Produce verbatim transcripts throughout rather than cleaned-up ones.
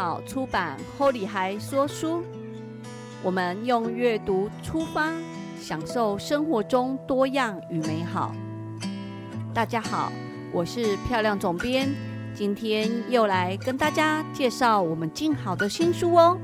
好出版 Holy 孩说书，我们用阅读出发，享受生活中多样与美好。大家好，我是漂亮总编，今天又来跟大家介绍我们静好的新书哦。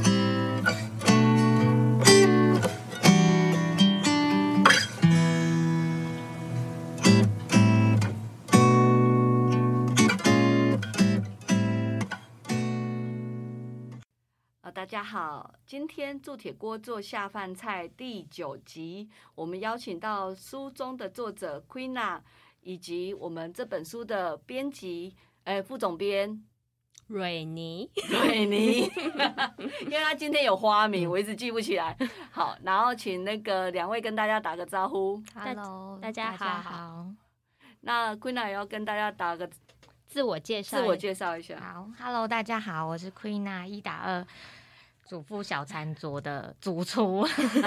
大家好，今天铸铁锅做下饭菜第九集，我们邀请到书中的作者 Queena， 以及我们这本书的编辑，呃，副总编蕊妮， 蕊妮，因为他今天有花名，我一直记不起来。好，然后请那个两位跟大家打个招呼。 Hello， 大家好。好， 那 Queena 也要跟大家打个自我介绍， 自我介绍一下。 好 ，Hello， 大家好，我是 Queena 一打二。主妇小餐桌的主厨，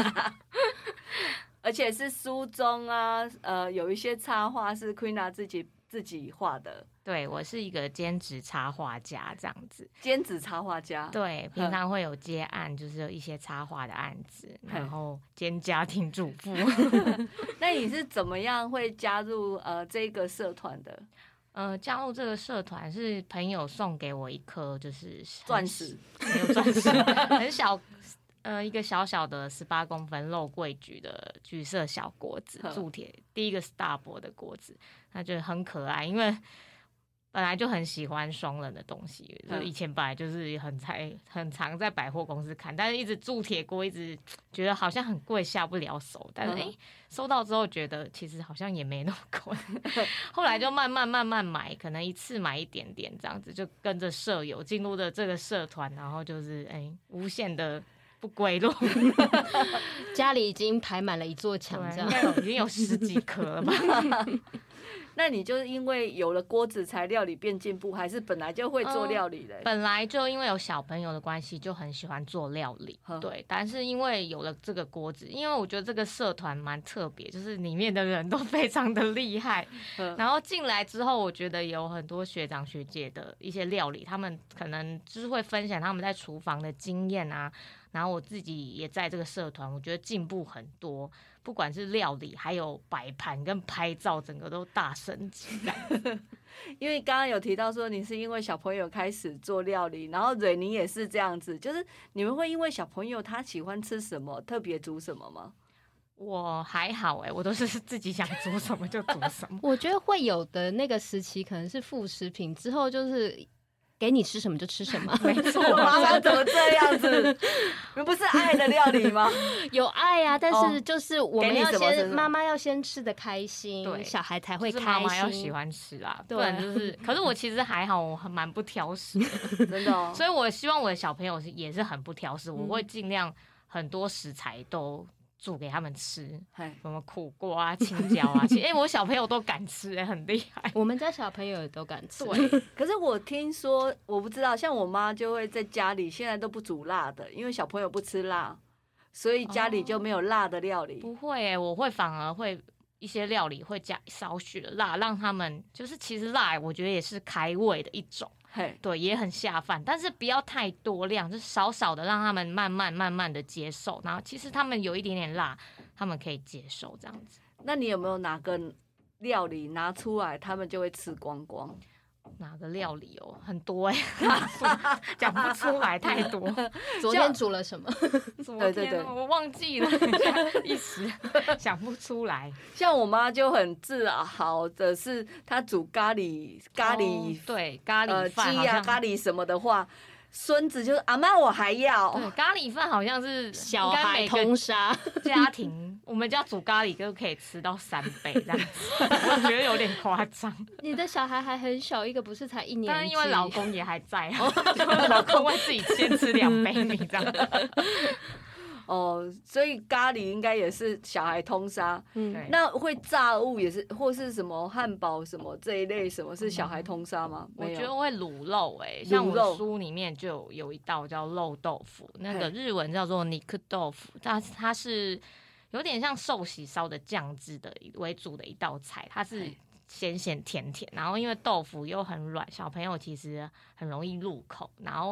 而且是书中啊，呃，有一些插画是 Queena 自己自己画的。 对，我是一个兼职插画家，这样子。 兼职插画家。 对，平常会有接案，就是有一些插画的案子，然后兼家庭主妇。 那你是怎么样会加入呃这个社团的？ 呃，加入这个社团是朋友送给我一颗，就是钻石， 没有钻石，很小，呃，一个小小的十八公分肉桂菊的橘色小果子，铸铁第一个 Starboard 的果子，它就很可爱，因为本来就很喜欢双人的东西，就以前本来就是很才很常在百货公司看，但是一直铸铁锅一直觉得好像很贵下不了手，但是哎、欸、收到之后觉得其实好像也没那么贵，后来就慢慢慢慢买，可能一次买一点点这样子，就跟着舍友进入了这个社团，然后就是哎、欸、无限的不归路， 家里已经排满了一座墙，这样应该有已经有十几颗了吧。 那你就是因为有了锅子才料理变进步，还是本来就会做料理的、 呃？本来就因为有小朋友的关系，就很喜欢做料理。对，但是因为有了这个锅子，因为我觉得这个社团蛮特别，就是里面的人都非常的厉害。然后进来之后，我觉得有很多学长学姐的一些料理，他们可能就是会分享他们在厨房的经验啊。然后我自己也在这个社团，我觉得进步很多。不管是料理，还有摆盘跟拍照，整个都大升级。 因为刚刚有提到说你是因为小朋友开始做料理，然后蕊妮也是这样子，就是你们会因为小朋友他喜欢吃什么，特别煮什么吗？ 我还好哎、欸，我都是自己想煮什么就煮什么。 我觉得会有的那个时期可能是副食品，之后就是给你吃什么就吃什么。 没错， 妈妈怎么这样子？你不是爱的料理吗？ 有爱啊，但是就是我们要先，妈妈、 哦、 要先吃得开心，小孩才会开心。 妈妈要喜欢吃啦，不然就是。可是我其实还好，我很蛮不挑食的， 真的、哦。 所以我希望我的小朋友是也是很不挑食，我会尽量很多食材都煮给他们吃，什么苦瓜啊、青椒啊，其实哎、欸，我小朋友都敢吃、欸，很厉害。 我们家小朋友也都敢吃。 对，可是我听说，我不知道，像我妈就会在家里现在都不煮辣的，因为小朋友不吃辣，所以家里就没有辣的料理。 哦、不会哎、欸，我会反而会一些料理会加少许的辣，让他们就是其实辣，我觉得也是开胃的一种。对，也很下饭，但是不要太多量，就少少的，让他们慢慢慢慢的接受。然后其实他们有一点点辣，他们可以接受这样子。 那你有没有哪个料理拿出来，他们就会吃光光？ 哪个料理哦，很多哎、欸，讲不出来太多。 昨天煮了什么？ 昨天我忘记了，一时想不出来。 像我妈就很自豪的是，她煮咖喱咖喱、 哦、对咖喱饭鸡啊咖喱什么的话。孙子就是阿嬷，我还要。 对，咖喱饭好像是小孩通杀家庭，我们家煮咖喱就可以吃到三杯这样子，我觉得有点夸张。 你的小孩还很小，一个不是才一年级， 但是因为老公也还在啊，老公会自己先吃两杯米这样。 哦，所以咖喱应该也是小孩通杀。嗯，那会炸物也是，或是什么汉堡什么这一类，什么是小孩通杀吗？ 我觉得会卤肉哎、欸，像我书里面就有有一道叫肉豆腐，那个日文叫做尼克豆腐，它它是有点像寿喜烧的酱汁的为主的一道菜，它是咸咸甜甜，然后因为豆腐又很软，小朋友其实很容易入口，然后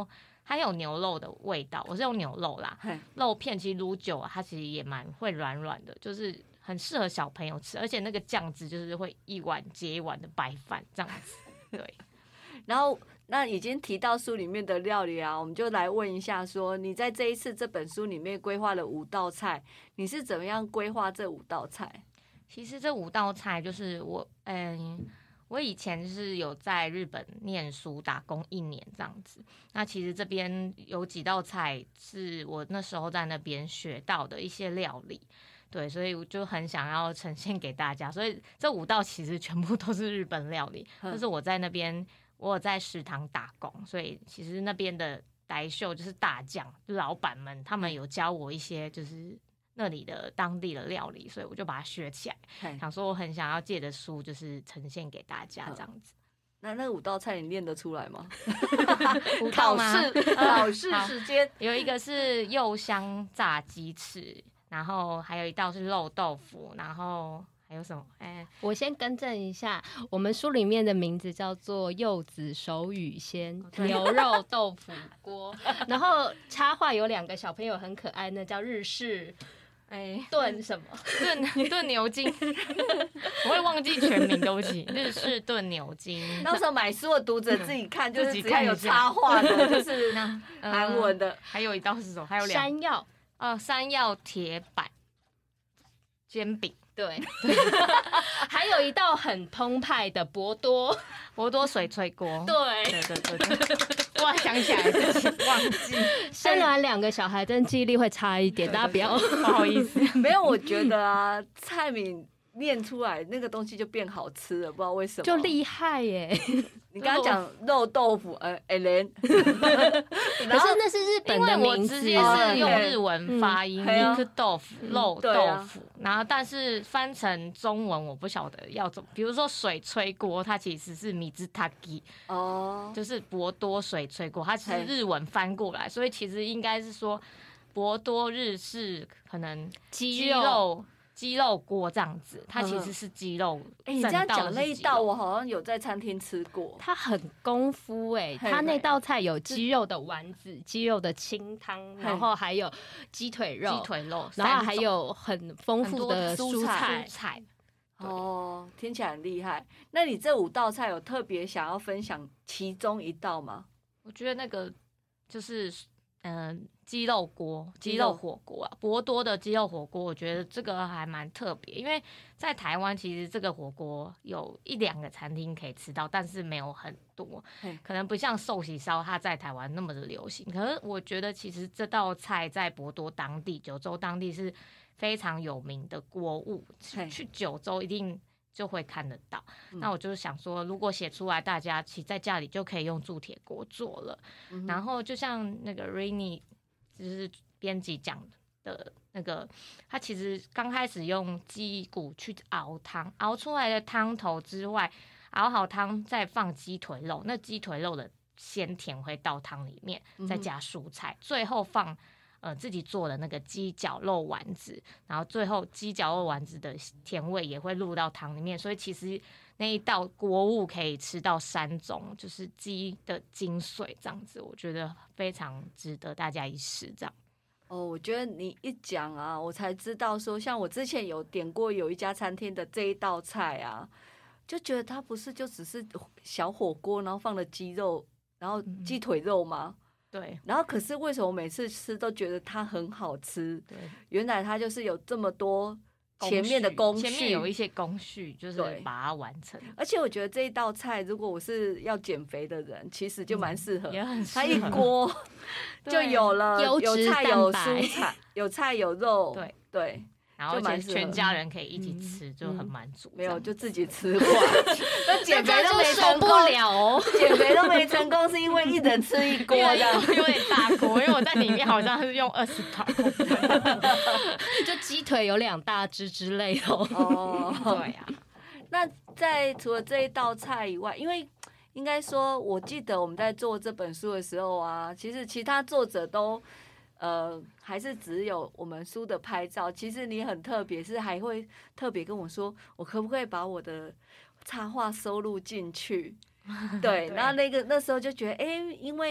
它有牛肉的味道，我是用牛肉啦，肉片其实卤久啊，它其实也蛮会软软的，就是很适合小朋友吃，而且那个酱汁就是会一碗接一碗的白饭这样子，对。 然后那已经提到书里面的料理啊，我们就来问一下说，你在这一次这本书里面规划了五道菜，你是怎么样规划这五道菜？ 其实这五道菜就是我，嗯，我以前是有在日本念书打工一年这样子。那其实这边有几道菜是我那时候在那边学到的一些料理，对，所以我就很想要呈现给大家。所以这五道其实全部都是日本料理，就是我在那边我有在食堂打工，所以其实那边的代秀就是大将，就老板们他们有教我一些就是那里的当地的料理，所以我就把它学起来，想说我很想要借着书就是呈现给大家这样子。 那那五道菜你念得出来吗？ 五道吗？ 考试考试时间有一个是柚香炸鸡翅，然后还有一道是肉豆腐，然后还有什么？哎、欸， 我先更正一下，我们书里面的名字叫做柚子手语鲜牛肉豆腐锅，然后插画有两个小朋友很可爱，那叫日式。哎，炖什么？ 炖炖牛筋，我会忘记全名，对不起。日式炖牛筋。 到时候买书的读者自己看，就是只要有插画的，就是韩文的。 还有一道是什么？还有两山药， 呃，山药铁板煎饼。 对，还有一道很澎湃的博多博多水炊锅。 对， 对对对对。突然想起来，自己忘记。 生完两个小孩，真记忆力会差一点，大家不要不好意思。 没有，我觉得啊，蔡敏念出来那个东西就变好吃了，不知道为什么。 就厉害耶！ 你刚刚讲肉豆腐，呃 ，Ellen， 可是那是日本的名字， 因为我直接是用日文发音，肉豆腐、肉豆腐，然后但是翻成中文我不晓得要怎么，比如说水炊锅，它其实是米兹塔基，哦，就是博多水炊锅，它其实日文翻过来，所以其实应该是说博多日式可能鸡肉。鸡肉锅这样子，它其实是鸡肉。 哎、欸，你这样讲那一道，我好像有在餐厅吃过。 它很功夫哎、欸，它那道菜有鸡肉的丸子、鸡肉的清汤，然后还有鸡腿肉、 鸡腿肉， 然后还有很丰富的蔬菜。 蔬菜哦，听起来很厉害。那你这五道菜有特别想要分享其中一道吗？ 我觉得那个就是嗯。呃鸡肉锅、鸡肉火锅啊，博多的鸡肉火锅，我觉得这个还蛮特别，因为在台湾其实这个火锅有一两个餐厅可以吃到，但是没有很多，可能不像寿喜烧它在台湾那么的流行。可是我觉得其实这道菜在博多当地、九州当地是非常有名的锅物，去九州一定就会看得到。嗯、那我就是想说，如果写出来，大家其实在家里就可以用铸铁锅做了。嗯、然后就像那个 Rainy。就是编辑讲的那个，他其实刚开始用鸡骨去熬汤，熬出来的汤头之外，熬好汤再放鸡腿肉，那鸡腿肉的鲜甜会到汤里面，再加蔬菜，嗯、最后放呃自己做的那个鸡绞肉丸子，然后最后鸡绞肉丸子的甜味也会入到汤里面，所以其实那一道锅物可以吃到三种，就是鸡的精髓，这样子，我觉得非常值得大家一试。这样哦，我觉得你一讲啊，我才知道说，像我之前有点过有一家餐厅的这一道菜啊，就觉得它不是就只是小火锅，然后放了鸡肉，然后鸡腿肉吗？嗯对， 然后可是为什么每次吃都觉得它很好吃？对，原来它就是有这么多前面的工序， 前面有一些工序，就是把它完成。 而且我觉得这一道菜，如果我是要减肥的人，其实就蛮适合， 嗯、也很适合。它一锅就有了，有菜有蔬菜，有菜有肉，对对。 然后全家人可以一起吃，嗯、就很满足、嗯。 没有，就自己吃完，那减肥都没成功不了哦。 减肥都没成功，是因为一人吃一锅的， 有点大锅。因为我在里面好像是用二十把， 就鸡腿有两大只之类的。 哦， 对呀、啊。 那在除了这一道菜以外，因为应该说，我记得我们在做这本书的时候啊，其实其他作者都。呃，还是只有我们书的拍照。其实你很特别，是还会特别跟我说，我可不可以把我的插画收录进去？对，然后那个那时候就觉得，哎、欸，因为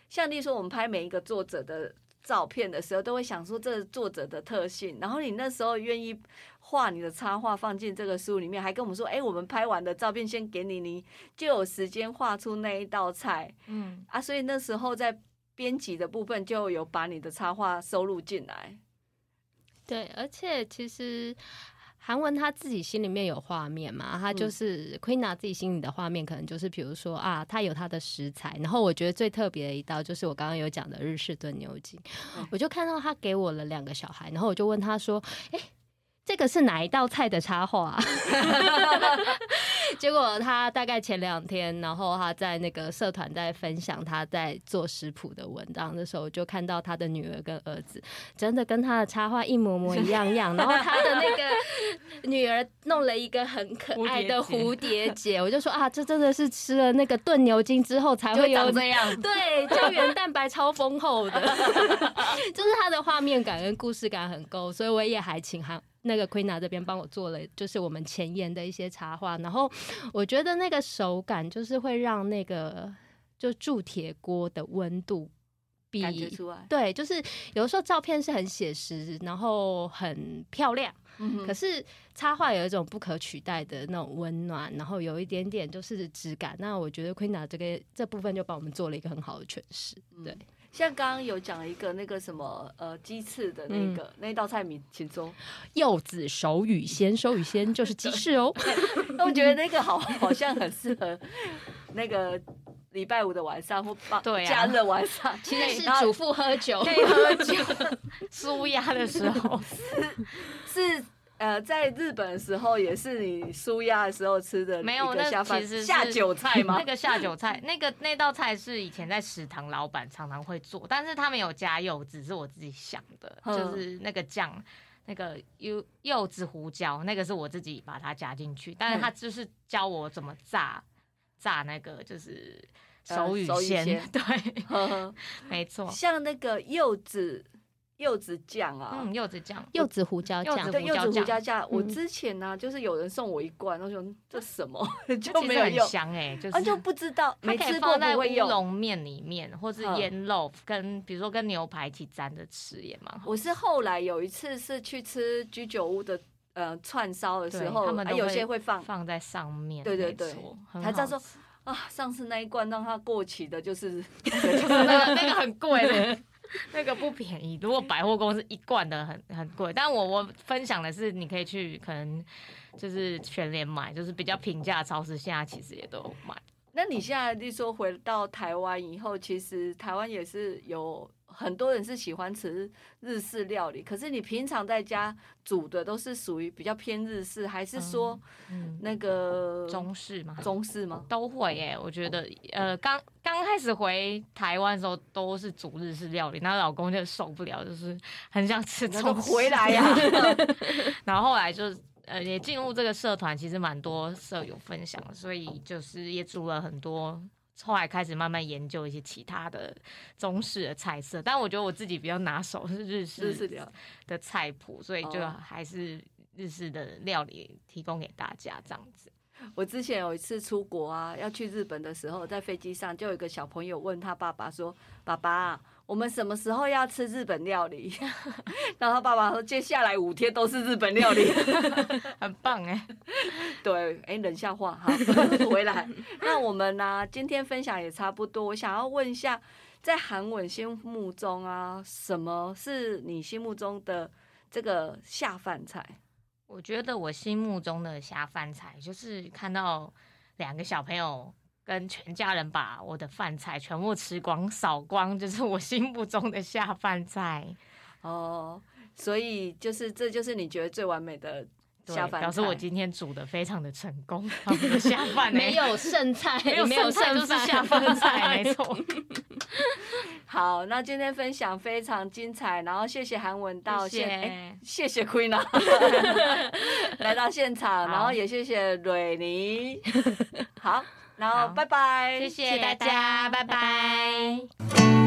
像例如说我们拍每一个作者的照片的时候，都会想说这作者的特性，然后你那时候愿意画你的插画放进这个书里面，还跟我们说，哎、欸，我们拍完的照片先给你，你就有时间画出那一道菜，嗯啊，所以那时候在编辑的部分就有把你的插画收录进来。 对，而且其实韩文他自己心里面有画面嘛，他就是 Queena 自己心里的画面，可能就是比如说啊，他有他的食材，然后我觉得最特别的一道就是我刚刚有讲的日式炖牛筋，我就看到他给我了两个小孩，然后我就问他说，哎、欸。这个是哪一道菜的插画、啊？结果他大概前两天，然后他在那个社团在分享他在做食谱的文章的时候，我就看到他的女儿跟儿子真的跟他的插画一模模一样样，然后他的那个女儿弄了一个很可爱的蝴蝶结，我就说啊，这真的是吃了那个炖牛筋之后才会有这样， 对，胶原蛋白超丰厚的，就是他的画面感跟故事感很够，所以我也还请韩。那个 Queena 这边帮我做了，就是我们前言的一些插画，然后我觉得那个手感就是会让那个就铸铁锅的温度比感觉出来， 对，就是有的时候照片是很写实，然后很漂亮，嗯、可是插画有一种不可取代的那种温暖，然后有一点点就是质感。那我觉得 Queena 这个这部分就帮我们做了一个很好的诠释，对。嗯， 像刚刚有讲一个那个什么呃鸡翅的那个、嗯、那一道菜名，请说。 柚子手语鲜，手语鲜就是鸡翅哦。 我觉得那个好好像很适合那个礼拜五的晚上或假日的晚上， 其实是主妇喝酒， 可以喝酒，舒压的时候是。是呃，在日本的时候也是你舒压的时候吃的没有，那其实下酒菜吗？ 那个下酒菜，那个那道菜是以前在食堂老板常常会做，但是他们有加柚子，是我自己想的，就是那个酱，那个柚柚子胡椒，那个是我自己把它加进去，但是他就是教我怎么炸炸那个就是手语鲜，呃、对，没错， 像那个柚子。柚子酱啊， 嗯，柚子酱， 柚子胡椒酱， 对，柚子胡椒酱。我之前呢、啊，就是有人送我一罐，我说这什么就没有用， 很香哎、欸，就是、 啊、就不知道， 它可以放在乌龙面里面，或是腌肉，跟比如说跟牛排一起沾着吃也蛮好。 我是后来有一次是去吃居酒屋的呃串烧的时候，他们有些会放放在上面， 对对对，才知道说啊，上次那一罐让它过期的，就是就是那个那个很贵的。那个不便宜，如果百货公司一罐的很很贵，但我我分享的是你可以去可能就是全联买，就是比较平价的超市，现在其实也都有卖。 那你现在就说回到台湾以后，其实台湾也是有很多人是喜欢吃日式料理，可是你平常在家煮的都是属于比较偏日式，还是说那个中式吗？ 中式吗？ 都会耶、欸，我觉得呃刚刚开始回台湾的时候都是煮日式料理，然后老公就受不了，就是很想吃中式回来呀、啊， 然后后来就。呃，也进入这个社团，其实蛮多舍友分享，所以就是也煮了很多。后来开始慢慢研究一些其他的中式的菜色，但我觉得我自己比较拿手是日式的菜谱，所以就还是日式的料理提供给大家这样子。 我之前有一次出国啊，要去日本的时候，在飞机上就有一个小朋友问他爸爸说：“爸爸，我们什么时候要吃日本料理？”然后他爸爸说：“接下来五天都是日本料理。” 很棒哎、欸， 对，哎、欸，冷笑话，好，回来。那我们呢、啊，今天分享也差不多。我想要问一下，在韩文心目中啊，什么是你心目中的这个下饭菜？ 我觉得我心目中的下饭菜就是看到两个小朋友跟全家人把我的饭菜全部吃光扫光，就是我心目中的下饭菜。 哦，所以就是这就是你觉得最完美的下饭菜， 表示我今天煮的非常的成功，他们的下饭、欸、 没有剩菜， 没有剩菜就是下饭菜，没错。 好，那今天分享非常精彩，然后谢谢韩文到现， 谢谢、 欸、谢谢 Queena 来到现场，然后也谢谢蕊妮。好，然后拜拜， 谢谢大家，拜拜。